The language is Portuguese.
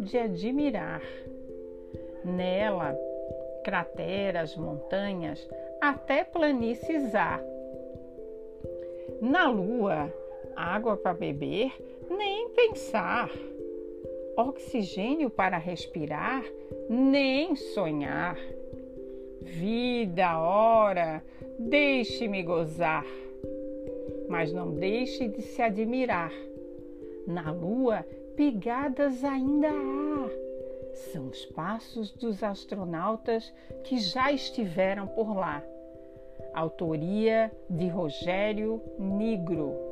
de admirar. Nela, crateras, montanhas, até planícies há. Na Lua, água para beber, nem pensar. Oxigênio para respirar, nem sonhar. Vida, ora, deixe-me gozar. Mas não deixe de se admirar. Na Lua, pegadas ainda há. São os passos dos astronautas que já estiveram por lá. Autoria de Rogério Nigro.